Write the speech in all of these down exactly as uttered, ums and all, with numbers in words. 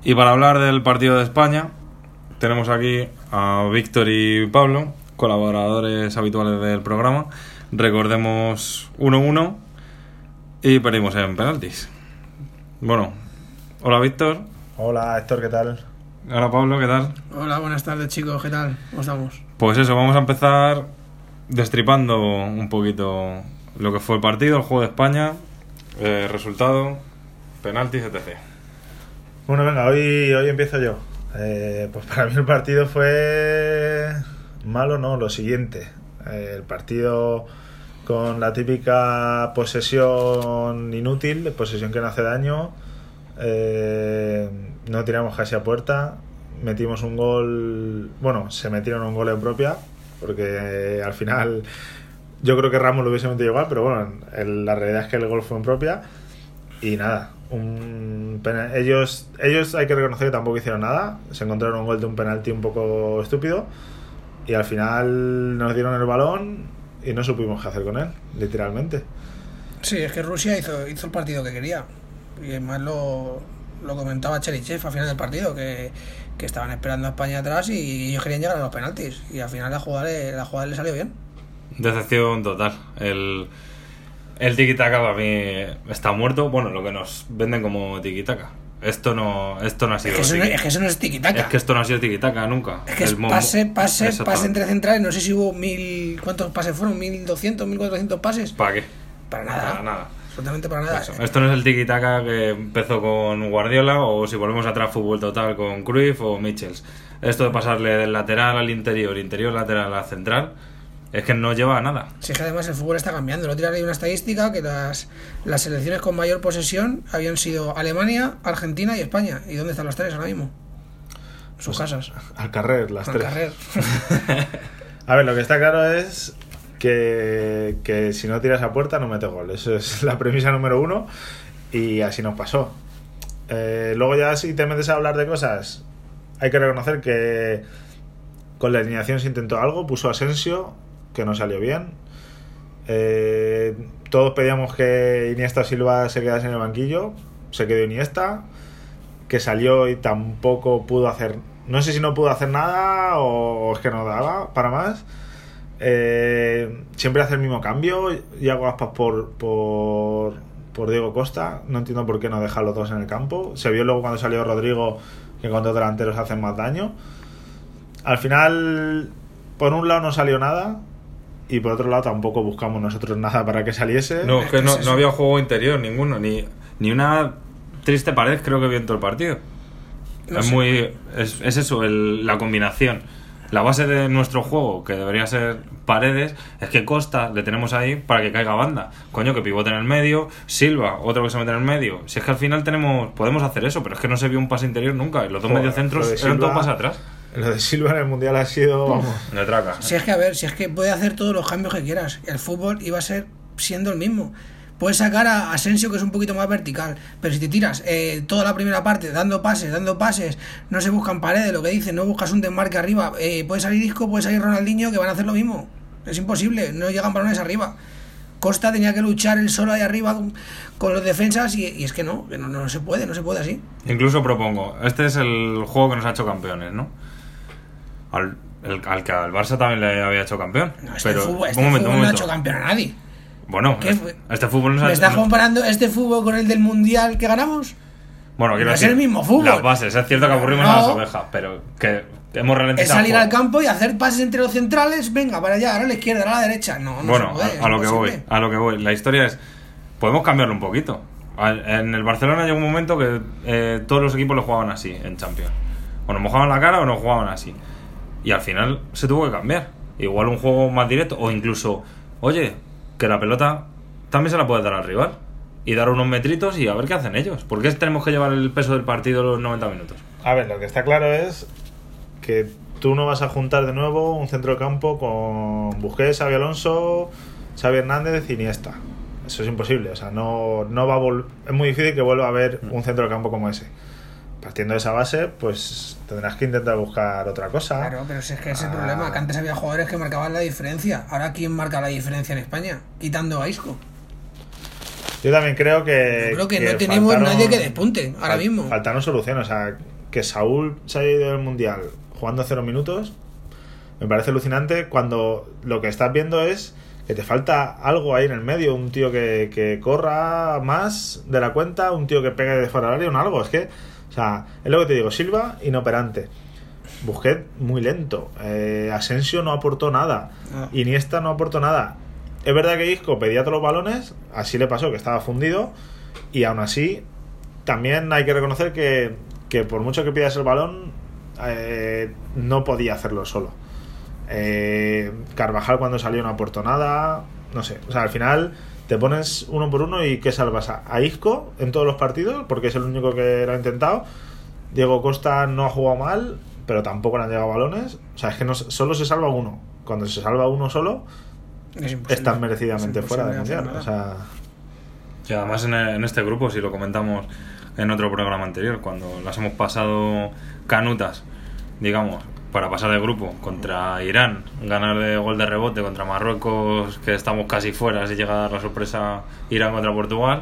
Y para hablar del partido de España, tenemos aquí a Víctor y Pablo, colaboradores habituales del programa. Recordemos uno uno y perdimos en penaltis. Bueno, hola Víctor. Hola Héctor, ¿qué tal? Hola Pablo, ¿qué tal? Hola, buenas tardes chicos, ¿qué tal? ¿Cómo estamos? Pues eso, vamos a empezar destripando un poquito lo que fue el partido, el juego de España, eh, resultado, penaltis, etcétera. Bueno, venga, hoy, hoy empiezo yo. Eh, pues para mí el partido fue malo, no, lo siguiente. Eh, el partido con la típica posesión inútil, posesión que no hace daño. Eh, no tiramos casi a puerta. Metimos un gol, bueno, se metieron un gol en propia, porque eh, al final yo creo que Ramos lo hubiese metido igual, pero bueno, el, la realidad es que el gol fue en propia. Y nada, un pena- ellos ellos hay que reconocer que tampoco hicieron nada. Se encontraron un gol de un penalti un poco estúpido y al final nos dieron el balón y no supimos qué hacer con él, literalmente. Sí, es que Rusia hizo, hizo el partido que quería. Y además lo, lo comentaba Cherichev al final del partido, que, que estaban esperando a España atrás y ellos querían llegar a los penaltis. Y al final la jugada, la jugada le salió bien. Decepción total. El, el tiki-taka para mí está muerto. Bueno, lo que nos venden como tiki-taka. Esto no, esto no ha Es sido que, eso no, tiki- es que eso no es tiki-taka. Es que esto no ha sido tiki-taka nunca. Es que es El mo- pase, pase, Exactamente. pase entre centrales. No sé si hubo mil... ¿Cuántos pases fueron? ¿Mil doscientos, mil cuatrocientos pases? ¿Para qué? Para nada. Para nada. Absolutamente para nada. Eso. Esto no es el tiki-taka que empezó con Guardiola, o si volvemos atrás, fútbol total con Cruyff o Michels. Esto de pasarle del lateral al interior, interior lateral a central, es que no lleva a nada. Sí, es que además el fútbol está cambiando. Lo tiraré una estadística que las, las selecciones con mayor posesión habían sido Alemania, Argentina y España. ¿Y dónde están los tres ahora mismo? En sus Pues, casas. Al carrer, las Al tres. carrer. A ver, lo que está claro es que, que si no tiras a puerta no metes gol. Eso es la premisa número uno y así nos pasó. Eh, luego ya si te metes a hablar de cosas, hay que reconocer que con la alineación se intentó algo. Puso a Asensio, que no salió bien. Eh, todos pedíamos que Iniesta o Silva se quedase en el banquillo. Se quedó Iniesta, que salió y tampoco pudo hacer, no sé si no pudo hacer nada o es que no daba para más. Eh, siempre hace el mismo cambio. Iago Aspas por, por por Diego Costa. No entiendo por qué no deja a los dos en el campo. Se vio luego cuando salió Rodrigo que con dos delanteros hacen más daño. Al final, por un lado no salió nada y por otro lado tampoco buscamos nosotros nada para que saliese. No, es que no, Es eso. no había juego interior ninguno, ni, ni una triste pared creo que vi en todo el partido. No es sé. muy es, es eso, el, la combinación. La base de nuestro juego, que debería ser Paredes, es que Costa le tenemos ahí para que caiga banda. Coño, que pivote en el medio, Silva, otro que se mete en el medio. Si es que al final tenemos podemos hacer eso, pero es que no se vio un pase interior nunca. Y los dos Joder, mediocentros lo de eran Silva- todos pases atrás. Lo de Silva en el Mundial ha sido, vamos, De traca. Si es que, a ver, si es que puede hacer todos los cambios que quieras. El fútbol iba a ser siendo el mismo. Puedes sacar a Asensio, que es un poquito más vertical, pero si te tiras eh, toda la primera parte dando pases, dando pases, no se buscan paredes, lo que dicen, no buscas un desmarque arriba, eh, puede salir Isco, puede salir Ronaldinho, que van a hacer lo mismo. Es imposible, no llegan balones arriba. Costa tenía que luchar él solo ahí arriba con, con los defensas y, y es que no, que no, no se puede, no se puede así. Incluso propongo, este es el juego que nos ha hecho campeones, ¿no? Al, el- al que al Barça también le había hecho campeón. No, este pero fútbol, este un momento, fútbol un no ha momento. hecho campeón a nadie. Bueno, ¿Qué este, fue? este fútbol nos ha ¿Me estás no- comparando este fútbol con el del Mundial que ganamos? Bueno, quiero no es decir, el mismo fútbol. las bases, es cierto que aburrimos No. a las ovejas, pero que hemos Es ralentizado. salir el al juego. campo y hacer pases entre los centrales, venga, para allá, ahora a la izquierda, ahora a la derecha. No, no Bueno, se puede, a, a lo es que voy, imposible. a lo que voy. La historia es, podemos cambiarlo un poquito. Al- En el Barcelona llegó un momento que eh, todos los equipos lo jugaban así en Champions. O nos mojaban la cara o nos jugaban así. Y al final se tuvo que cambiar. Igual un juego más directo o incluso, oye, que la pelota también se la puede dar al rival. Y dar unos metritos y a ver qué hacen ellos. ¿Por qué tenemos que llevar el peso del partido los noventa minutos? a ver, lo que está claro es que tú no vas a juntar de nuevo un centro de campo con Busquets, Xabi Alonso, Xavi Hernández y Iniesta. Eso es imposible, o sea, no, no va a vol- es muy difícil que vuelva a haber un centro de campo como ese. Partiendo de esa base, pues tendrás que intentar buscar otra cosa. Claro, pero si es que ese es el Ah. problema, que antes había jugadores que marcaban la diferencia. Ahora, ¿quién marca la diferencia en España? Quitando a Isco. Yo también creo que. Yo creo que no tenemos nadie que despunte ahora fal- mismo. Faltaron soluciones, o sea, que Saúl se haya ido del Mundial jugando cero minutos, me parece alucinante cuando lo que estás viendo es que te falta algo ahí en el medio, un tío que, que corra más de la cuenta, un tío que pegue de fuera del área, un algo. Es que, o sea, es lo que te digo, Silva inoperante, Busquets muy lento, eh, Asensio no aportó nada, Ah. Iniesta no aportó nada. Es verdad que Isco pedía todos los balones, así le pasó, que estaba fundido, y aún así también hay que reconocer que, que por mucho que pidas el balón, eh, no podía hacerlo solo. Eh, Carvajal cuando salió no aportó nada, no sé, o sea, al final te pones uno por uno y ¿qué salvas? A Isco en todos los partidos, porque es el único que lo ha intentado. Diego Costa no ha jugado mal, pero tampoco le han llegado balones. O sea, es que no, solo se salva uno. Cuando se salva uno solo, Es imposible. estás merecidamente Es fuera del imposible mundial. O hacer nada. sea, Y además en, en este grupo, si lo comentamos en otro programa anterior, cuando las hemos pasado canutas, digamos, para pasar de grupo contra Irán, ganar de gol de rebote contra Marruecos, que estamos casi fuera, si llega a dar la sorpresa Irán contra Portugal,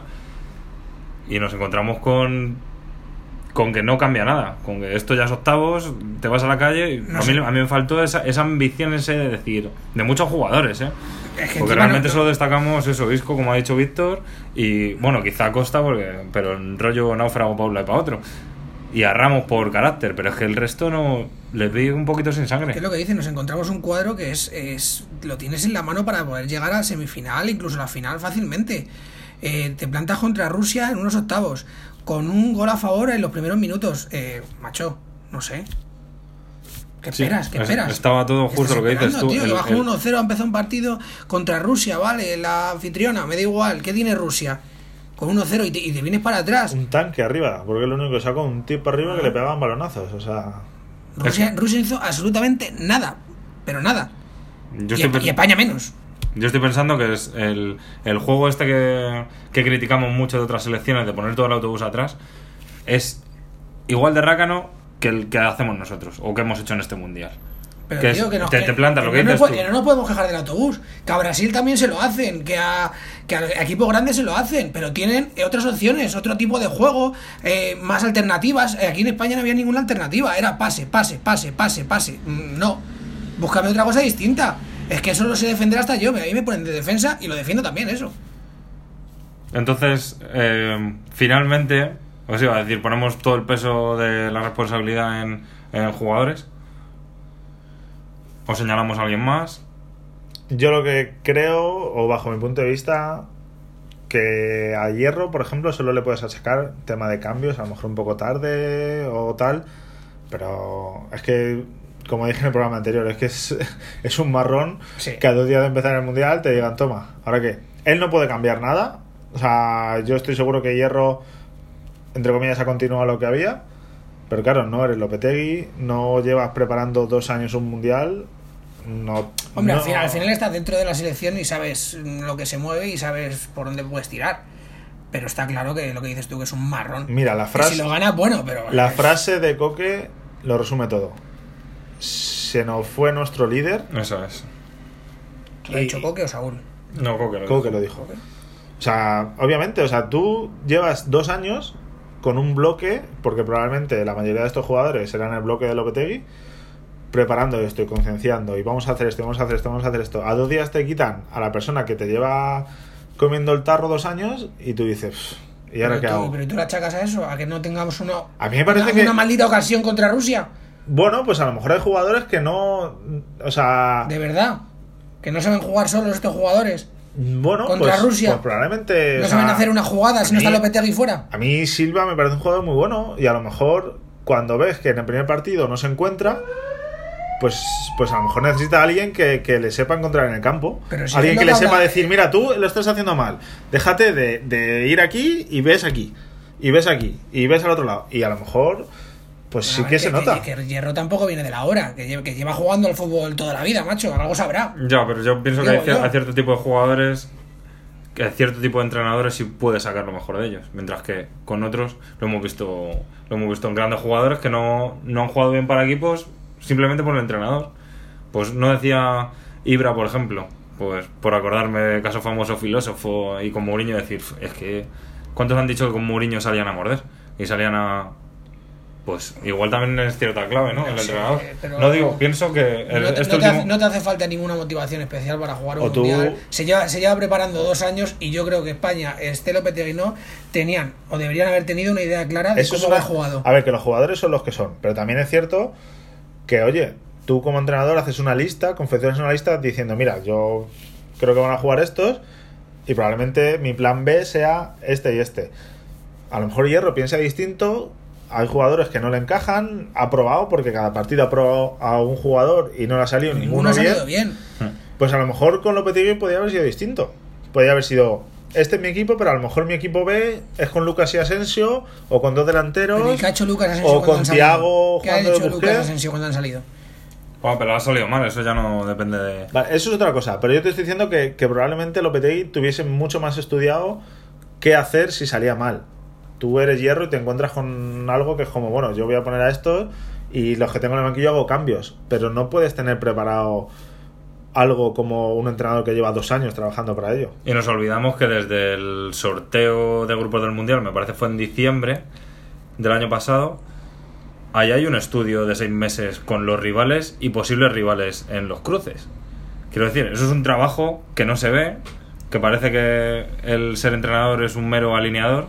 y nos encontramos con con que no cambia nada, con que esto ya es octavos, te vas a la calle y No a, sé. mí, a mí me faltó esa, esa ambición ese de decir, de muchos jugadores, ¿eh? Es que Porque encima realmente no- solo destacamos eso, Isco, como ha dicho Víctor, y bueno, quizá Costa, porque pero en rollo náufrago para un lado y para otro. Y a Ramos por carácter, pero es que el resto no les vi un poquito sin ¿Qué es sangre. lo que dice? Nos encontramos un cuadro que es, es lo tienes en la mano para poder llegar a la semifinal, incluso a la final fácilmente. Eh, te plantas contra Rusia en unos octavos, con un gol a favor en los primeros minutos. Eh, macho, no sé. ¿Qué Sí, esperas? ¿Qué es- esperas? estaba todo justo Estás lo que dices esperando, tú, Tío, el- que bajo el- uno cero, ha empezado un partido contra Rusia, ¿vale? La anfitriona, me da igual. ¿Qué tiene Rusia? Con uno cero y te, y te vienes para atrás. un tanque arriba, porque es lo único que sacó, un tipo arriba que le pegaban balonazos. O sea, Rusia, Rusia no hizo absolutamente nada. Pero nada. Yo Y, estoy, y España menos. yo estoy pensando que es el, el juego este que, que criticamos mucho de otras selecciones, de poner todo el autobús atrás, es igual de rácano que el que hacemos nosotros, o que hemos hecho en este mundial. Pero Que tío, es- que nos, te, que- te plantas que lo que no dices nos, tú. po- que no nos podemos quejar del autobús. Que a Brasil también se lo hacen, que a, que a equipos grandes se lo hacen, pero tienen eh, otras opciones, otro tipo de juego, eh, más alternativas. Eh, Aquí en España no había ninguna alternativa, era pase, pase, pase, pase, pase. Mm, No, búscame otra cosa distinta. Es que eso lo sé defender hasta yo, a mí me ponen de defensa y lo defiendo también eso. Entonces, eh, finalmente, os iba a decir, ponemos todo el peso de la responsabilidad en, en jugadores. ¿O señalamos a alguien más? yo lo que creo, o bajo mi punto de vista, que a Hierro, por ejemplo, solo le puedes achacar tema de cambios, a lo mejor un poco tarde o tal, pero es que, como dije en el programa anterior, es que es, es un marrón Sí. que a dos días de empezar el Mundial te digan, toma, ¿ahora qué? Él no puede cambiar nada, o sea, yo estoy seguro que Hierro, entre comillas, ha continuado lo que había, pero claro, no eres Lopetegui, no llevas preparando dos años un Mundial, no... Hombre, no- al, final, al final estás dentro de la selección y sabes lo que se mueve y sabes por dónde puedes tirar. Pero está claro que lo que dices tú, que es un marrón. Mira, la Que frase... si lo ganas, bueno, pero... La frase de Coque lo resume todo. Se nos fue nuestro líder. Eso es. ¿Lo ha dicho Coque o Saúl? No, Coque lo Coque dijo. lo dijo. O sea, obviamente, o sea, tú llevas dos años con un bloque, porque probablemente la mayoría de estos jugadores eran el bloque de Lopetegui, preparando esto y concienciando, y vamos a hacer esto, y vamos a hacer esto, vamos a hacer esto. A dos días te quitan a la persona que te lleva comiendo el tarro dos años y tú dices, "Pff, ¿y ahora pero qué tú, hago?". Pero tú le achacas a eso, a que no tengamos una, A mí me parece una, que- una maldita ocasión contra Rusia. Bueno, pues a lo mejor hay jugadores que no... O sea... De verdad. Que no saben jugar solos estos jugadores. Bueno, Contra pues, Rusia. pues probablemente... No o sea, saben hacer una jugada a si no está mí- Lopetegui fuera. A mí Silva me parece un jugador muy bueno y a lo mejor cuando ves que en el primer partido no se encuentra, pues, pues a lo mejor necesita a alguien que, que le sepa encontrar en el campo. Pero si Alguien es lo que que le sepa habla- decir, mira, tú lo estás haciendo mal, déjate de, de ir aquí y ves aquí, y ves aquí, y ves al otro lado. Y a lo mejor, pues sí A ver, que se nota. Que, que Hierro tampoco viene de la hora. Que lleva, que lleva jugando al fútbol toda la vida, macho. Algo sabrá. Ya, pero yo pienso que Digo hay, cier- yo. hay cierto tipo de jugadores, que hay cierto tipo de entrenadores sí puede sacar lo mejor de ellos, mientras que con otros lo hemos visto lo hemos visto en grandes jugadores que no, no han jugado bien para equipos simplemente por el entrenador. Pues no decía Ibra, por ejemplo, pues por acordarme del caso famoso filósofo, y con Mourinho decir, es que ¿cuántos han dicho que con Mourinho salían a morder? Y salían a pues igual también es cierta clave, ¿no? Pero El sí, entrenador. pero- No digo, pienso que el, No te, este no te hace, último... no te hace falta ninguna motivación especial para jugar O un tú- mundial. Se lleva, se lleva preparando dos años y yo creo que España, este Lopetegui no, tenían o deberían haber tenido una idea clara de Eso es cómo una- va jugado. A ver, que los jugadores son los que son, pero también es cierto que, oye, tú como entrenador haces una lista, confeccionas una lista diciendo, mira, yo creo que van a jugar estos y probablemente mi plan B sea este y este. A lo mejor Hierro piensa distinto, hay jugadores que no le encajan, ha probado, porque cada partido ha probado a un jugador y no le ha salido ninguno, Ninguno ha bien. salido bien. Pues a lo mejor con Lopetegui podría haber sido distinto. Podría haber sido, este es mi equipo, pero a lo mejor mi equipo B es con Lucas y Asensio, o con dos delanteros, Pero ¿y qué ha hecho Lucas Asensio o cuando con han salido? Thiago ¿Qué ha jugando de hecho Lucas Busquets. Asensio cuando han salido? Bueno, pero ha salido mal, eso ya no depende de... Vale, eso es otra cosa, pero yo te estoy diciendo que, que probablemente Lopetegui tuviese mucho más estudiado qué hacer si salía mal. Tú eres Hierro y te encuentras con algo que es como, bueno, yo voy a poner a estos y los que tengo en el banquillo hago cambios, pero no puedes tener preparado algo como un entrenador que lleva dos años trabajando para ello. Y nos olvidamos que desde el sorteo de grupos del Mundial, me parece fue en diciembre del año pasado, ahí hay un estudio de seis meses con los rivales y posibles rivales en los cruces. Quiero decir, eso es un trabajo que no se ve, que parece que el ser entrenador es un mero alineador,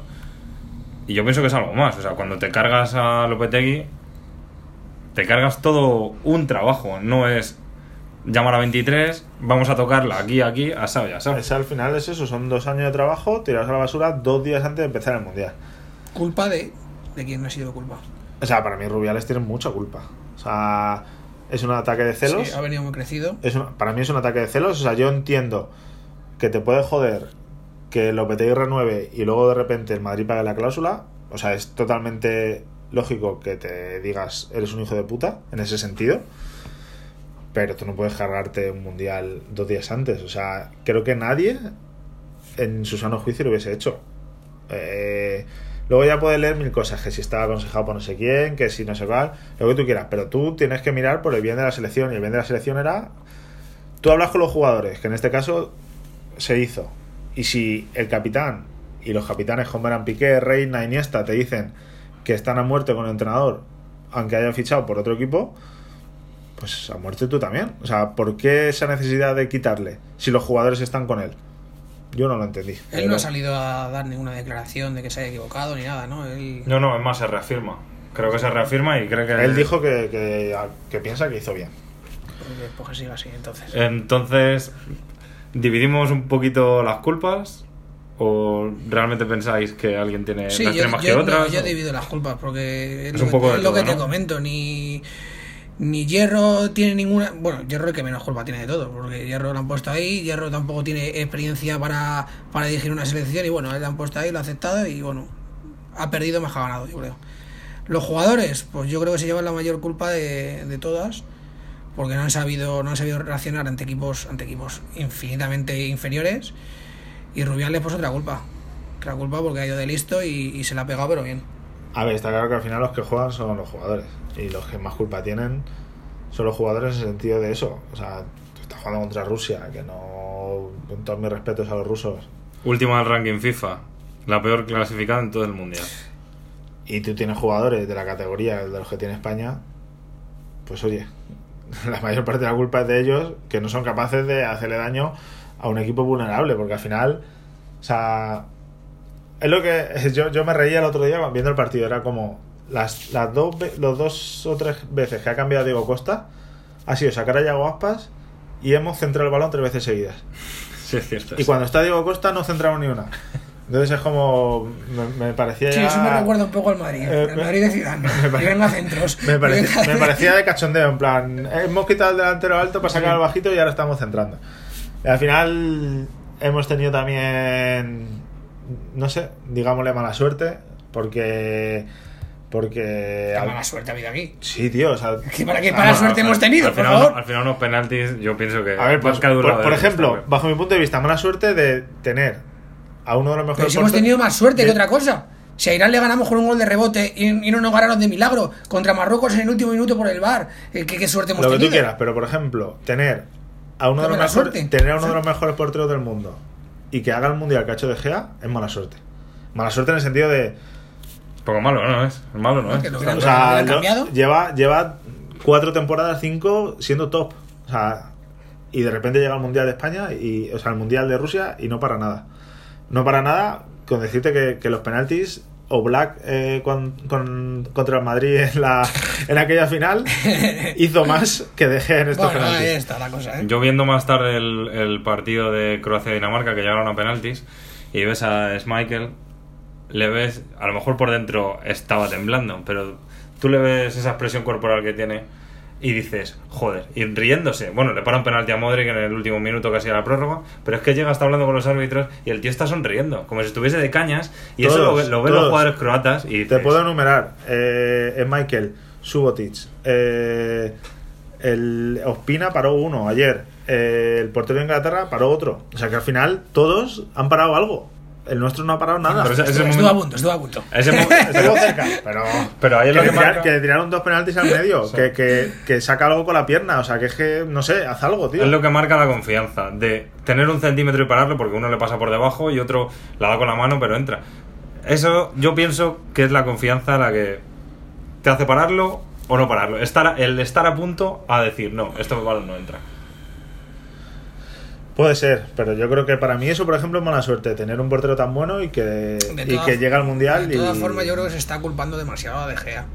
y yo pienso que es algo más. O sea, cuando te cargas a Lopetegui, te cargas todo un trabajo, no es llamar a veintitrés, vamos a tocarla aquí, aquí, asado y asado. Ese, al final es eso, son dos años de trabajo tirados a la basura dos días antes de empezar el Mundial. Culpa de... ¿De quién no ha sido culpa? O sea, para mí Rubiales tiene mucha culpa. O sea, es un ataque de celos. Sí, ha venido muy crecido. Es un- para mí es un ataque de celos. O sea, yo entiendo que te puede joder que Lopetegui renueve y luego de repente el Madrid pague la cláusula. O sea, es totalmente lógico que te digas eres un hijo de puta en ese sentido. Pero tú no puedes cargarte un mundial dos días antes. O sea, creo que nadie en su sano juicio lo hubiese hecho. Eh, luego ya puedes leer mil cosas, que si estaba aconsejado por no sé quién, que si no sé cuál, lo que tú quieras, pero tú tienes que mirar por el bien de la selección, y el bien de la selección era, tú hablas con los jugadores, que en este caso se hizo, y si el capitán y los capitanes como eran Piqué, Reina, Iniesta te dicen que están a muerte con el entrenador, aunque hayan fichado por otro equipo, pues a muerte tú también. O sea, ¿por qué esa necesidad de quitarle si los jugadores están con él? Yo no lo entendí. Él Pero- no ha salido a dar ninguna declaración de que se haya equivocado ni nada, ¿no? Él... No, no, es más, se reafirma. Creo que se reafirma y cree que... Él dijo que, que, que piensa que hizo bien. Pues, pues que siga así, entonces. Entonces, ¿dividimos un poquito las culpas? ¿O realmente pensáis que alguien tiene Sí, las yo, tiene más yo, que otras? no, yo o- divido las culpas porque es, Es lo, un que, poco de es lo todo, que te ¿no? comento. Ni, ni Hierro tiene ninguna. Bueno, Hierro el que menos culpa tiene de todo, porque Hierro lo han puesto ahí. Hierro tampoco tiene experiencia para, para dirigir una selección. Y bueno, él lo han puesto ahí, lo ha aceptado. Y bueno, ha perdido más que ha ganado, yo creo. Los jugadores, pues yo creo que se llevan la mayor culpa de, de todas, porque no han sabido no han sabido reaccionar ante equipos ante equipos infinitamente inferiores. Y Rubiales, pues otra culpa. Otra culpa porque ha ido de listo y, y se la ha pegado, pero bien. A ver, está claro que al final los que juegan son los jugadores. Y los que más culpa tienen son los jugadores en el sentido de eso. O sea, tú estás jugando contra Rusia, que no... Con todos mis respetos a los rusos. Última del ranking FIFA. La peor clasificada en todo el mundial. Y tú tienes jugadores de la categoría de los que tiene España. Pues oye, la mayor parte de la culpa es de ellos, que no son capaces de hacerle daño a un equipo vulnerable. Porque al final, o sea... Es lo que yo, yo me reía el otro día viendo el partido. Era como las, las dos ve- los dos o tres veces que ha cambiado Diego Costa ha sido sacar a Yago Aspas y hemos centrado el balón tres veces seguidas. Sí, es cierto. Y cuando está Diego Costa no centramos ni una. Entonces es como me, me parecía Sí, ya- eso me recuerda un poco al Madrid. Eh, el Madrid de Zidane. me pare- Que venga a centros. me, parecía, Que venga- me parecía de cachondeo, en plan, hemos quitado el delantero alto para sacar Sí. al bajito y ahora estamos centrando. Y al final hemos tenido también, no sé, digámosle mala suerte, porque porque Qué al- mala suerte ha habido aquí. sí, tío, o sea, ¿Qué para qué Ah, mala no, suerte al- hemos tenido, al por final, favor? Al final unos penaltis, yo pienso que... a ver, pues, más que ha por, durado por de ejemplo, Costa, bajo mi punto de vista, mala suerte de tener a uno de los Pero mejores si hemos porteros- tenido más suerte que de- otra cosa. Si a Irán le ganamos con un gol de rebote y, y no nos ganaron de milagro, contra Marruecos en el último minuto por el V A R, eh, ¿qué, qué suerte hemos lo que tenido? tú quieras, pero por ejemplo, tener a uno de Qué los mala mejores, suerte. tener a uno de Sí. los mejores porteros del mundo y que haga el mundial que ha hecho De Gea es mala suerte. Mala suerte en el sentido de Porque malo no es. Malo no es. Que lo O hubieran- sea, lo hubieran lo- cambiado. lleva, lleva cuatro temporadas, cinco, siendo top. O sea, y de repente llega el Mundial de España, y, o sea, el Mundial de Rusia, y no para nada. No para nada con decirte que, que los penaltis, o Black eh, con, con- contra el Madrid en, la, en aquella final, hizo más que De Gea en estos Bueno, ahí penaltis. está la cosa, ¿eh? Yo viendo más tarde el, el partido de Croacia-Dinamarca, que llegaron a penaltis, y ves a Schmeichel, le ves, a lo mejor por dentro estaba temblando, pero tú le ves esa expresión corporal que tiene y dices, joder, y riéndose. Bueno, le paran penalti a Modric en el último minuto casi a la prórroga, pero es que llega, está hablando con los árbitros y el tío está sonriendo, como si estuviese de cañas, y Todos, eso lo, ve- lo ven los todos. jugadores croatas y dices, Te puedo enumerar: eh, Michael, Subotic, eh, el Ospina paró uno ayer, eh, el portero de Inglaterra paró otro. O sea que al final todos han parado algo. El nuestro no ha parado nada. Pero ese- ese Estuvo, momento- estuvo a punto, estuvo a punto. ese mo- Estuvo cerca, pero, Pero ahí es que, lo que le tirar- marca- que le tiraron dos penaltis al medio, Sí. que, que, que saca algo con la pierna. O sea que es que, no sé, haz algo, tío. Es lo que marca la confianza, de tener un centímetro y pararlo, porque uno le pasa por debajo y otro la da con la mano, pero entra. Eso yo pienso que es la confianza la que te hace pararlo o no pararlo. Estar, el estar a punto a decir, no, esto balón no entra. Puede ser, pero yo creo que para mí eso, por ejemplo, es mala suerte, tener un portero tan bueno y que, De y todas- que llega al Mundial. De todas y... formas, yo creo que se está culpando demasiado a De Gea.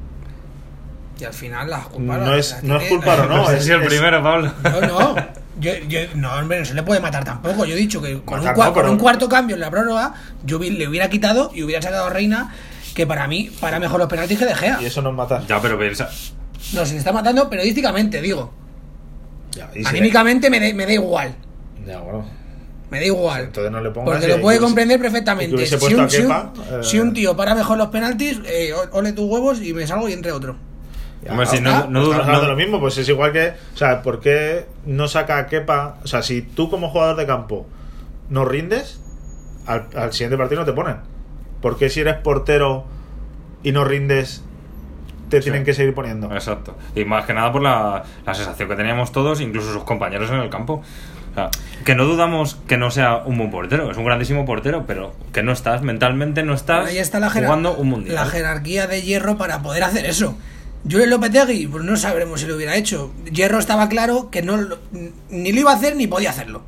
Y al final las culpas... No es- las no es tiene- culpar o no, No sé es- si el es- primero, Pablo. No, no. Yo, yo, no, hombre, no se le puede matar tampoco. Yo he dicho que con, Matar un, cua- no, pero- con un cuarto cambio en la prórroga, yo vi- le hubiera quitado y hubiera sacado a Reina, que para mí, para mejor los penaltis que De Gea. Y eso no es matar. Ya, pero piensa, No, se le está matando periodísticamente, digo. Ya, y si- Anímicamente me, da- me da igual. Ya, bueno. Me da igual. Entonces no le pongas. Porque y- lo puede y hubiese- comprender y que perfectamente. hubiese Si puesto un, a si un- Kepa, eh, si un tío para mejor los penaltis, eh, ole tus huevos y me salgo y entre otro. Ya, hombre, si está. no, no Estamos dudo- hablando de no- lo mismo, pues es igual que. O sea, ¿por qué no saca a Kepa? O sea, si tú como jugador de campo no rindes, al, al siguiente partido no te ponen. ¿Por qué si eres portero y no rindes, te Sí. tienen que seguir poniendo? exacto. Y más que nada por la, la sensación que teníamos todos, incluso sus compañeros en el campo. O sea, que no dudamos que no sea un buen portero, es un grandísimo portero, pero que no estás, mentalmente no estás Ahí está la, jerar- jugando un mundial. la jerarquía de Hierro para poder hacer eso. Julen Lopetegui, pues no sabremos si lo hubiera hecho. Hierro estaba claro que no lo- ni lo iba a hacer ni podía hacerlo.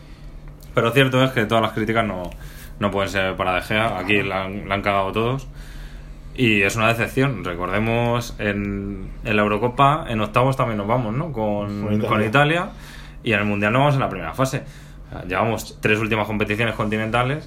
Pero cierto es que todas las críticas no, no pueden ser para De Gea. Aquí la han, la han cagado todos. Y es una decepción. Recordemos en, en la Eurocopa, en octavos también nos vamos, ¿no? Con, Con Italia. con Italia. Y en el Mundial no vamos en la primera fase. O sea, llevamos tres últimas competiciones continentales.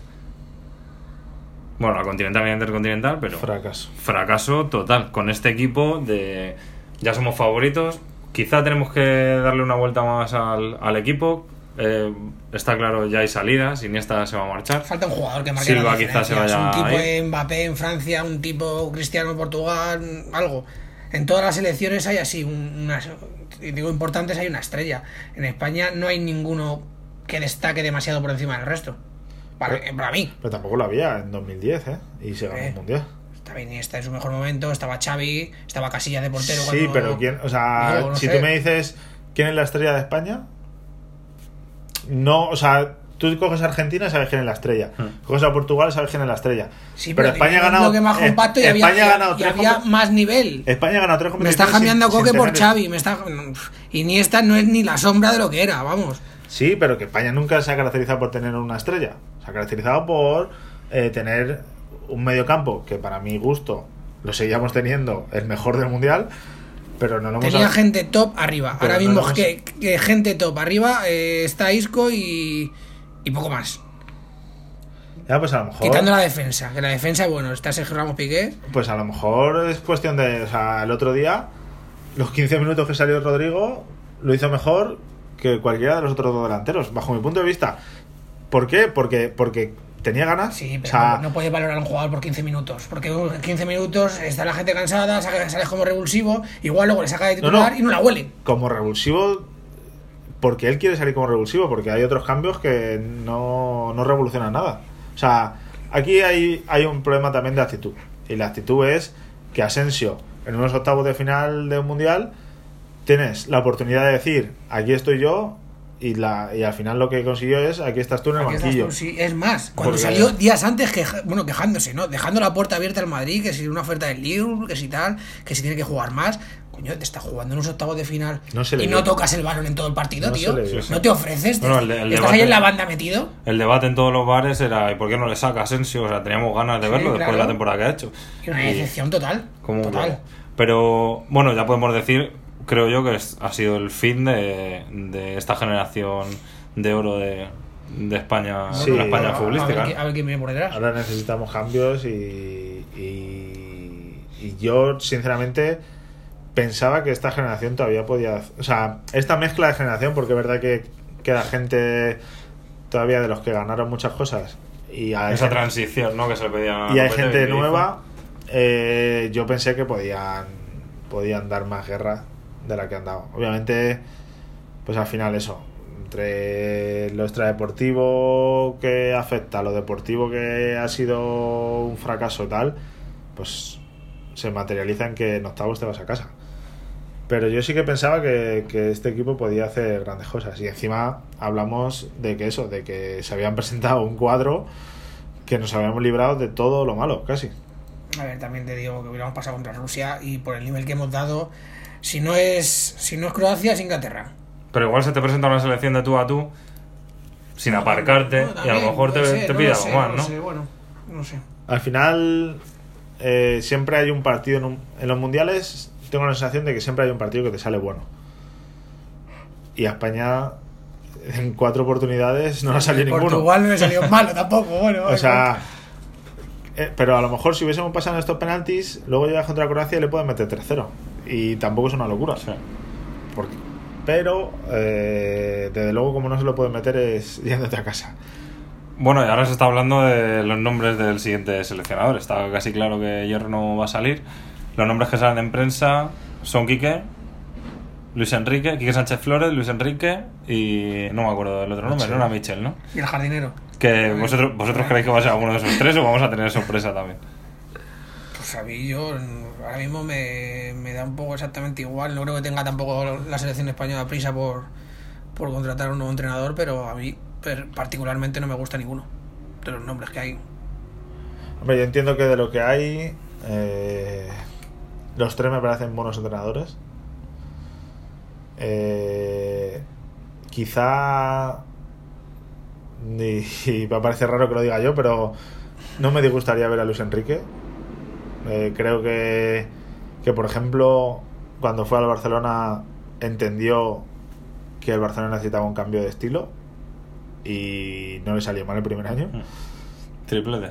Bueno, la continental y la intercontinental, pero Fracaso. fracaso total. Con este equipo de ya somos favoritos. Quizá tenemos que darle una vuelta más al, al equipo. Eh, está claro, ya hay salidas. Iniesta se va a marchar. Falta un jugador que marque Silva las quizás se diferencias. vaya Un tipo ahí. Mbappé en Francia, un tipo Cristiano en Portugal, algo. En todas las selecciones hay así, un- unas, y digo importantes, hay una estrella. En España no hay ninguno que destaque demasiado por encima del resto. Para, Pero- para mí. Pero tampoco lo había en dos mil diez, ¿eh? Y se ganó Eh. el Mundial. Estaba Iniesta en su mejor momento, estaba Xavi, estaba Casillas de portero. Sí, cuando- pero ¿quién? O sea, Digo, no si sé. tú me dices quién es la estrella de España, no, o sea, tú coges a Argentina y sabes quién es la estrella. Hmm. Coges a Portugal y sabes quién es la estrella. Sí, pero, pero, España ha tenía un ganado. bloque más eh, compacto y España había, ha ganado y tres había compe- más nivel. España ha ganado tres Me competiciones. está cambiando a sin- Coque sin por tener- Xavi. Me está... Iniesta no es ni la sombra de lo que era, vamos. Sí, pero que España nunca se ha caracterizado por tener una estrella. Se ha caracterizado por eh, tener un mediocampo que, para mi gusto, lo seguíamos teniendo el mejor del mundial, pero no lo hemos. Tenía gente top arriba. Pero Ahora no mismo lo hemos- que, que gente top arriba eh, está Isco y, y poco más. Ya, pues a lo mejor. Quitando la defensa. Que la defensa, bueno, está Sergio Ramos Piqué. Pues a lo mejor es cuestión de. O sea, el otro día, los quince minutos que salió Rodrigo, lo hizo mejor que cualquiera de los otros dos delanteros, bajo mi punto de vista. ¿Por qué? Porque, porque tenía ganas. Sí, pero o sea, no, no puedes valorar a un jugador por quince minutos. Porque en quince minutos está la gente cansada, saca- sales como revulsivo, igual luego le saca de No, titular no. y no la huelen. como revulsivo, porque él quiere salir como revulsivo, porque hay otros cambios que no, no revolucionan nada. O sea, aquí hay, hay un problema también de actitud. Y la actitud es que Asensio, en unos octavos de final de un mundial, tienes la oportunidad de decir, aquí estoy yo, y, la, y al final lo que consiguió es, aquí estás tú en el Aquí estás banquillo. tú, sí. Es más, cuando Porque- salió días antes, queja, bueno, quejándose, ¿no? Dejando la puerta abierta al Madrid, que si una oferta del Liverpool, que si tal, que si tiene que jugar más. Coño, te estás jugando en unos octavos de final No se le y dio. no tocas el balón en todo el partido, No tío. se le dio. No te ofreces, te- Bueno, el de- el estás debate- ahí en la banda metido. El debate en todos los bares era ¿y por qué no le saca Asensio? O sea, teníamos ganas de Sí, verlo después de la claro. temporada que ha hecho. Y una decepción total. Como un total. globo. Pero bueno, ya podemos decir, creo yo, que es- ha sido el fin de, de esta generación de oro de, de España, Sí, de la España a- a futbolística. A ver, qui- a ver quién viene por detrás. Ahora necesitamos cambios y, y, y yo, sinceramente, pensaba que esta generación todavía podía... O sea, esta mezcla de generación, porque es verdad que queda gente todavía de los que ganaron muchas cosas y hay, Esa gente, transición, ¿no? Que se le pedía. y hay Lopetegui, gente que hizo. nueva, eh, yo pensé que podían, podían dar más guerra de la que han dado. Obviamente, pues al final eso, entre lo extradeportivo que afecta, lo deportivo que ha sido un fracaso tal, pues se materializa en que en octavos te vas a casa. Pero yo sí que pensaba que, que este equipo podía hacer grandes cosas. Y encima hablamos de que eso, de que se habían presentado un cuadro que nos habíamos librado de todo lo malo, casi. A ver, también te digo que hubiéramos pasado contra Rusia y por el nivel que hemos dado, si no es si no es Croacia, es Inglaterra. Pero igual se te presenta una selección de tú a tú sin aparcarte No, y a también, lo mejor te, puede ser, te no pide lo algo sé, más, no ¿no? lo sé, bueno, no sé. Al final, eh, siempre hay un partido en, un- en los mundiales. Tengo la sensación de que siempre hay un partido que te sale bueno. Y a España, en cuatro oportunidades, no le ha salido ninguno. Portugal no le salió malo tampoco, bueno. O sea, eh, pero a lo mejor si hubiésemos pasado en estos penaltis, luego llegas contra Croacia y le pueden meter tres cero. Y tampoco es una locura. Sí. Porque, pero, eh, desde luego, como no se lo pueden meter, es yéndote a casa. Bueno, y ahora se está hablando de los nombres del siguiente seleccionador. Está casi claro que Hierro no va a salir. Los nombres que salen en prensa son Quique, Luis Enrique, Quique Sánchez Flores, Luis Enrique y no me acuerdo del otro nombre, no era Michel, ¿no? Y el jardinero. Que vosotros, vosotros creéis que va a ser alguno de esos tres o vamos a tener sorpresa también. Pues a mí yo ahora mismo me, me da un poco exactamente igual. No creo que tenga tampoco la selección española prisa por, por contratar a un nuevo entrenador, pero a mí per- particularmente no me gusta ninguno de los nombres que hay. Hombre, yo entiendo que de lo que hay, eh, los tres me parecen buenos entrenadores. Eh, quizá, y, y va a parecer raro que lo diga yo, pero no me disgustaría ver a Luis Enrique. Eh, creo que, que, por ejemplo, cuando fue al Barcelona entendió que el Barcelona necesitaba un cambio de estilo y no le salió mal el primer año. Triplete.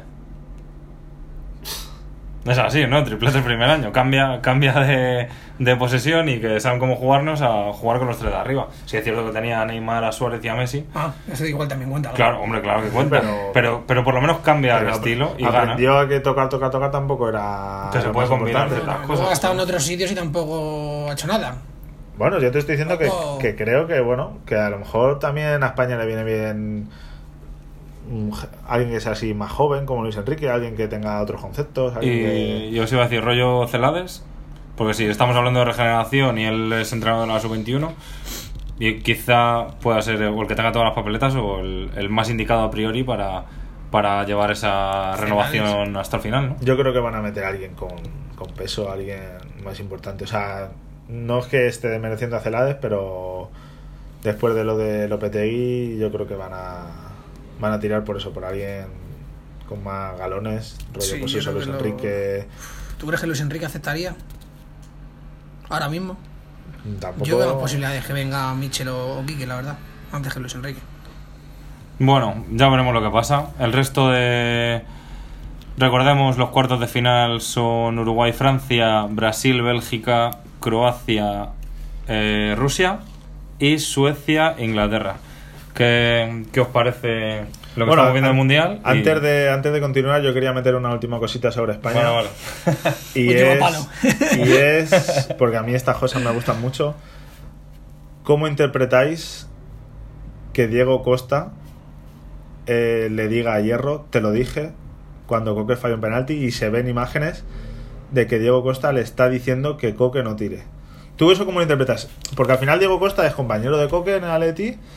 Es así, ¿no? Triplete el primer año. Cambia, cambia de, de posesión y que saben cómo jugarnos a jugar con los tres de arriba. Sí, es cierto que tenía a Neymar, a Suárez y a Messi. Ah, eso igual también cuenta, ¿no? Claro, hombre, claro que cuenta. Pero- Pero, pero, por lo menos cambia Pero el estilo y gana. aprendió a que tocar, tocar, tocar tampoco era Que se lo puede más combinar importante. ciertas Luego cosas. ha estado en otros sitios y tampoco ha hecho nada. Bueno, yo te estoy diciendo que, Tampoco- que creo que bueno, que a lo mejor también a España le viene bien un je- alguien que sea así más joven como Luis Enrique, alguien que tenga otros conceptos, alguien Y yo os iba a decir rollo Celades, porque si estamos hablando de regeneración y él es entrenador de la sub veintiuno, y quizá pueda ser o el que tenga todas las papeletas o el, el más indicado a priori para, para llevar esa renovación hasta el final, ¿no? que yo creo que van a meter a alguien con, con peso, alguien más importante. O sea, no es que esté desmereciendo a Celades, pero después de lo de Lopetegui yo creo que van a van a tirar por eso, por alguien con más galones, rollo Sí, pues yo eso, creo Luis que lo- Enrique. ¿Tú crees que Luis Enrique aceptaría? Ahora mismo. Tampoco... Yo veo las posibilidades que venga Michel o, o Quique, la verdad, antes que Luis Enrique. Bueno, ya veremos lo que pasa. El resto de... Recordemos, los cuartos de final son Uruguay, Francia, Brasil, Bélgica, Croacia, eh, Rusia y Suecia, Inglaterra. ¿Qué, qué os parece lo que Bueno, estamos viendo an- del Mundial? Y- Antes de, antes de continuar, yo quería meter una última cosita sobre España. Bueno, vale. Y Último es, palo. y es, porque a mí estas cosas me gustan mucho, ¿cómo interpretáis que Diego Costa eh, le diga a Hierro, te lo dije, cuando Coque falla un penalti, y se ven imágenes de que Diego Costa le está diciendo que Coque no tire? ¿Tú eso cómo lo interpretas? Porque al final Diego Costa es compañero de Coque en el Atleti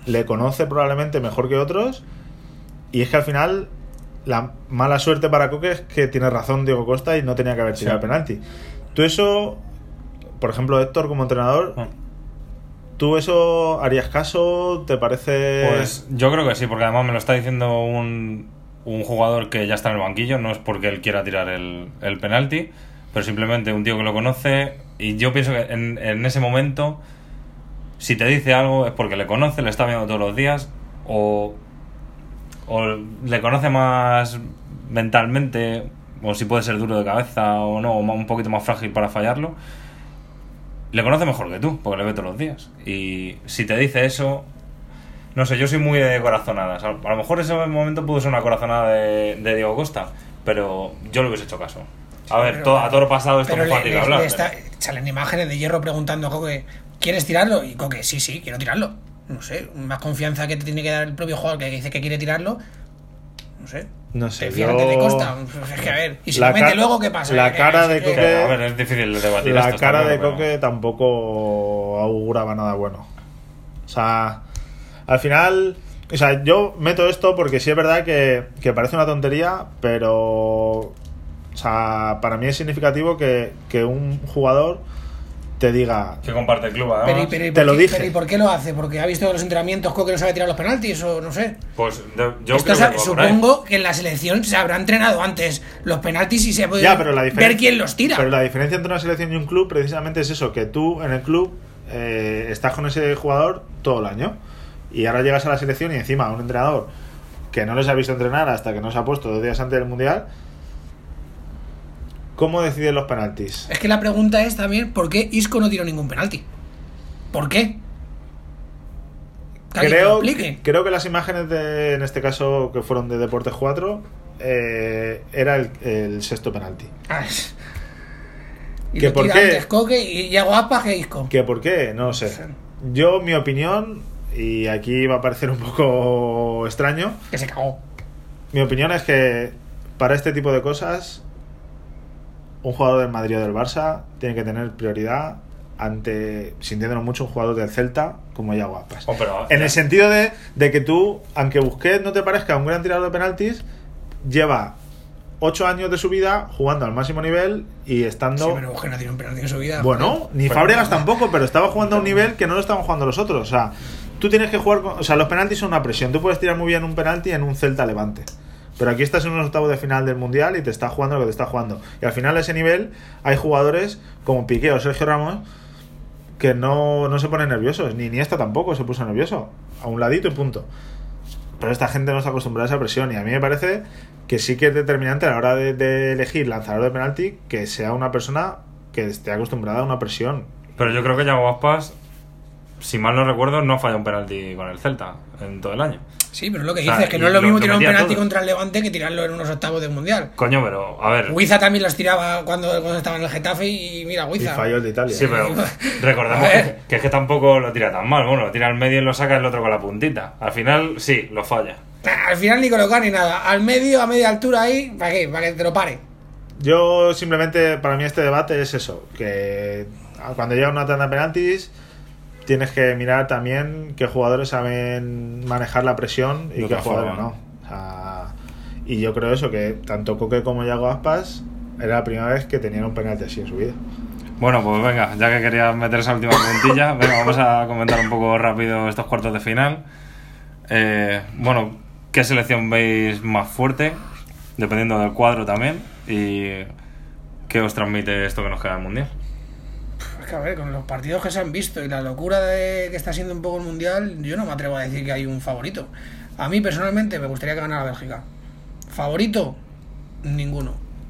le conoce probablemente mejor que otros, y es que al final la mala suerte para Coque es que tiene razón Diego Costa y no tenía que haber tirado Sí. el penalti. Tú eso, por ejemplo, Héctor como entrenador, Ah. ¿tú eso harías caso? ¿Te parece...? Pues yo creo que sí, porque además me lo está diciendo un, un jugador que ya está en el banquillo, no es porque él quiera tirar el, el penalti, pero simplemente un tío que lo conoce, y yo pienso que en, en ese momento, si te dice algo es porque le conoce, le está viendo todos los días, o, o le conoce más mentalmente, o si puede ser duro de cabeza o no, o un poquito más frágil para fallarlo. Le conoce mejor que tú, porque le ve todos los días. Y si te dice eso, no sé, yo soy muy de corazonadas. A lo mejor ese momento pudo ser una corazonada de, de Diego Costa, pero yo le hubiese hecho caso. A ver, Pero- todo, a toro pasado esto Pero es le, fácil le- hablar. le está- salen imágenes de Hierro preguntando a Coque, ¿quieres tirarlo? Y Coque, sí, sí, quiero tirarlo. No sé, más confianza que te tiene que dar el propio jugador que dice que quiere tirarlo. No sé. No sé, Te fías antes de yo- Costa. Pues es que a ver. Y si La lo mete cara- luego, ¿qué pasa? la Que- cara que- de que- Coque- Que, a ver, es difícil de debatir La esto, está cara de claro, pero- Coque tampoco auguraba nada bueno. O sea, al final... O sea, yo meto esto porque sí es verdad que, que parece una tontería, pero... O sea, para mí es significativo que, que un jugador te diga... Que comparte el club, además. Pero, y- pero, ¿y Te por lo qué- dije. pero ¿y por qué lo hace? ¿Porque ha visto en los entrenamientos Coque no sabe tirar los penaltis o no sé? Pues de- yo Esto creo sa- que va por ahí. supongo que en la selección se habrá entrenado antes los penaltis y se puede Ya, pero la diferencia, ver quién los tira. Pero la diferencia entre una selección y un club precisamente es eso, que tú en el club eh, estás con ese jugador todo el año y ahora llegas a la selección y encima un entrenador que no les ha visto entrenar hasta que no se ha puesto dos días antes del Mundial. ¿Cómo deciden los penaltis? Es que la pregunta es también ¿por qué Isco no tiró ningún penalti? ¿Por qué? Que alguien me lo Creo, explique. creo que las imágenes de, en este caso que fueron de Deportes cuatro, eh, era el, el sexto penalti. Ah, es- Y ¿Que lo por tira qué? antes Coque y Iago Aspas que Isco. ¿Que por qué? No sé. Yo, mi opinión, y aquí va a parecer un poco extraño, Que se cagó. mi opinión es que para este tipo de cosas un jugador del Madrid o del Barça tiene que tener prioridad ante, sintiéndonos mucho, un jugador del Celta como Iago Aspas. Oh, pero- En el sentido de, de que tú, aunque Busquets no te parezca un gran tirador de penaltis, lleva ocho años de su vida jugando al máximo nivel y estando... Sí, pero Busquets no tiene un penalti en su vida. Bueno, joder. ni Pero- Fábregas tampoco, pero estaba jugando a un nivel que no lo estaban jugando los otros. O sea, tú tienes que jugar con... O sea, los penaltis son una presión. Tú puedes tirar muy bien un penalti en un Celta Levante. Pero aquí estás en un octavo de final del Mundial y te está jugando lo que te está jugando. Y al final a ese nivel hay jugadores como Piqué o Sergio Ramos que no, no se ponen nerviosos. Ni Iniesta tampoco se puso nervioso. A un ladito y punto. Pero esta gente no está acostumbrada a esa presión. Y a mí me parece que sí que es determinante a la hora de, de elegir lanzador de penalti que sea una persona que esté acostumbrada a una presión. Pero yo creo que Iago Aspas, si mal no recuerdo, no falla un penalti con el Celta en todo el año. Sí, pero es lo que O sea, dices, que y no es lo lo- mismo lo tirar un metía penalti todo. contra el Levante que tirarlo en unos octavos del Mundial. Coño, pero, a ver... Huiza también los tiraba cuando, cuando estaba en el Getafe y mira, Y Huiza. falló el de Italia. Sí, pero recordemos A que, ver. que es que tampoco lo tira tan mal. Bueno, lo tira al medio y lo saca el otro con la puntita. Al final, sí, lo falla. Al final ni colocar ni nada. Al medio, a media altura ahí, ¿para qué? Para que te lo pare. Yo simplemente, para mí este debate es eso, que cuando llega una tanda de penaltis tienes que mirar también qué jugadores saben manejar la presión y De qué otra jugadores forma, no. O sea, y yo creo eso, que tanto Coque como Iago Aspas era la primera vez que tenían un penalti así en su vida. Bueno, pues venga, ya que querías meter esa última puntilla, venga, vamos a comentar un poco rápido estos cuartos de final. Eh, bueno, ¿qué selección veis más fuerte? Dependiendo del cuadro también. ¿Y qué os transmite esto que nos queda del Mundial? Es que a ver, con los partidos que se han visto y la locura de que está siendo un poco el Mundial, yo no me atrevo a decir que hay un favorito. A mí personalmente me gustaría que ganara Bélgica. ¿Favorito? Ninguno.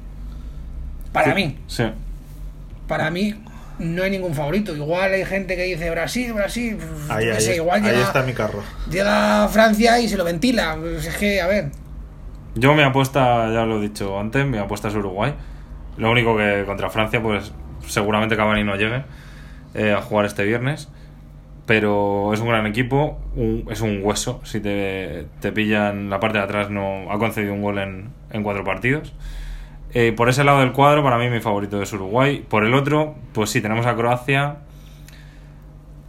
Para mí. Sí. Para mí no hay ningún favorito. Igual hay gente que dice Brasil, Brasil. pues, Ahí, yo qué ahí, sé, igual ahí llega, está mi carro. llega Francia y se lo ventila. Pues es que, a ver. Yo mi apuesta, ya lo he dicho antes, mi apuesta es Uruguay. Lo único que contra Francia, pues seguramente Cavani no llegue eh, a jugar este viernes. Pero es un gran equipo, un- es un hueso. Si te, te pillan la parte de atrás, no ha concedido un gol en, en cuatro partidos. Eh, por ese lado del cuadro, para mí mi favorito es Uruguay. Por el otro, pues sí, tenemos a Croacia.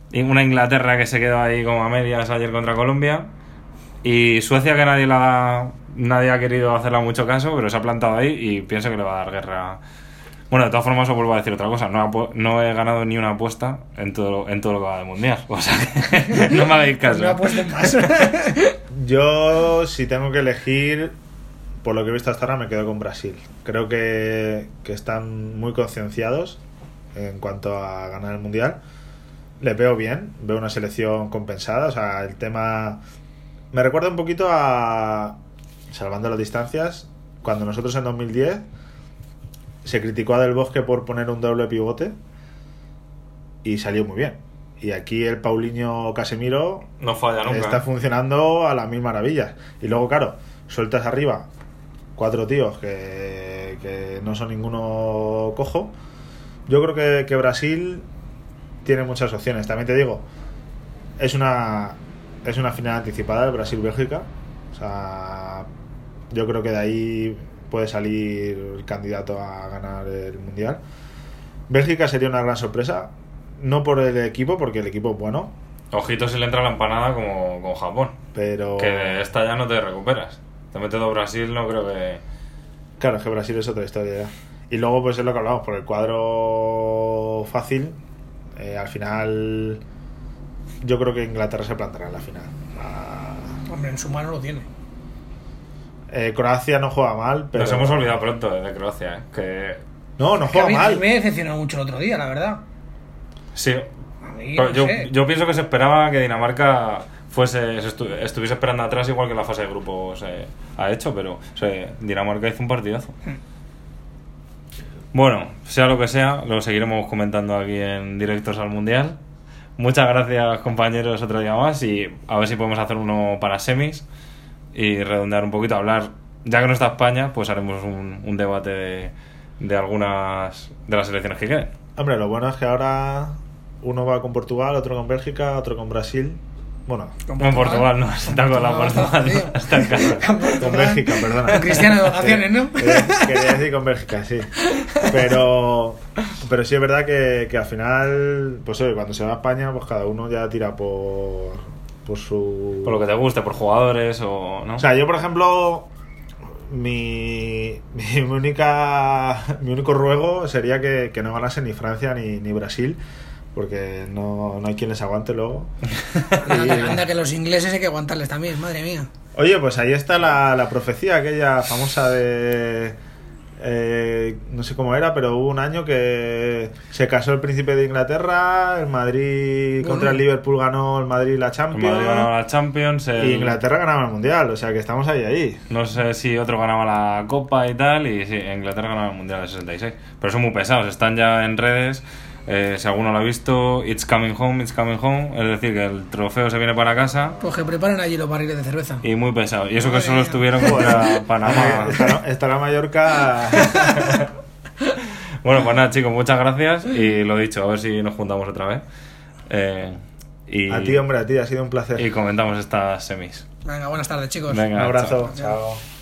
y una Inglaterra que se quedó ahí como a medias ayer contra Colombia, y Suecia que nadie la nadie ha querido hacerle mucho caso, pero se ha plantado ahí y pienso que le va a dar guerra. Bueno, de todas formas os vuelvo a decir otra cosa, no, apu- no he ganado ni una apuesta en todo, en todo lo que va del Mundial, o sea que no me hagáis caso. No apuesto más. Yo, si tengo que elegir, por lo que he visto hasta ahora, me quedo con Brasil. Creo que, que están muy concienciados en cuanto a ganar el Mundial. Les veo bien, veo una selección compensada. O sea, el tema me recuerda un poquito a, salvando las distancias, cuando nosotros en dos mil diez se criticó a Del Bosque por poner un doble pivote y salió muy bien. Y aquí el Paulinho Casemiro No falla nunca. está ¿eh? funcionando a las mil maravillas. Y luego, claro, sueltas arriba cuatro tíos que, que no son ninguno cojo. Yo creo que, que Brasil tiene muchas opciones. También te digo, es una es una final anticipada el Brasil-Bélgica. O sea, yo creo que de ahí puede salir el candidato a ganar el Mundial. Bélgica sería una gran sorpresa, no por el equipo, porque el equipo es bueno, Ojito si le entra la empanada como con Japón, pero que de esta ya no te recuperas. Te metes a Brasil, no creo que... claro, es que Brasil es otra historia ya. Y luego pues es lo que hablamos, por el cuadro fácil, eh, al final yo creo que Inglaterra se plantará en la final. Ah, Hombre, en su mano lo tiene. eh, Croacia no juega mal, pero Nos hemos olvidado pronto de Croacia, ¿eh? Que... no, no Que a juega mí, a mí mal. me decepcionó mucho el otro día, la verdad. Sí, A mí, pero no yo, sé. yo pienso que se esperaba que Dinamarca fuese se estu- estuviese esperando atrás igual que en la fase de grupos eh, ha hecho, pero o sea, Dinamarca hizo un partidazo. Bueno, sea lo que sea, lo seguiremos comentando aquí en Directos al Mundial. Muchas gracias, compañeros, otro día más, y a ver si podemos hacer uno para semis y redondear un poquito, hablar, ya que no está España, pues haremos un, un debate de, de algunas de las selecciones que queden. Hombre, lo bueno es que ahora uno va con Portugal, otro con Bélgica, otro con Brasil. Bueno, Con No, en Portugal no, está con la Portugal, no, está en casa. Con con Portugal. Bélgica, perdona. Con Cristiano de vacaciones, ¿no? Quería, quería decir con Bélgica, sí. Pero, pero sí es verdad que, que al final, pues oye, cuando se va a España, pues cada uno ya tira por, por su... Por lo que te guste, por jugadores o no. O sea, yo por ejemplo, mi, mi única mi único ruego sería que, que no ganase ni Francia ni, ni Brasil, porque no, no hay quien les aguante luego. Anda, anda, que los ingleses hay que aguantarles también, madre mía. Oye, pues ahí está la, la profecía aquella famosa de... eh, no sé cómo era, pero hubo un año que se casó el príncipe de Inglaterra, el Madrid Bueno. contra el Liverpool ganó el Madrid la El Champions, Madrid ganaba la Champions, el- y Inglaterra ganaba el Mundial, o sea que estamos ahí, ahí. no sé si otro ganaba la Copa y tal, y sí, Inglaterra ganaba el Mundial del sesenta y seis. Pero son muy pesados, están ya en redes, eh, si alguno lo ha visto, it's coming home, it's coming home, es decir, que el trofeo se viene para casa, Pues que preparen allí los barriles de cerveza. y muy pesado. Y eso que Madre solo mía. estuvieron contra Panamá. Estará, estará Mallorca. Bueno, pues nada, chicos, muchas gracias, y lo dicho, a ver si nos juntamos otra vez. Eh, y, A ti, hombre, a ti, ha sido un placer. y comentamos estas semis. Venga, buenas tardes, chicos. Venga, Un abrazo, chao. chao.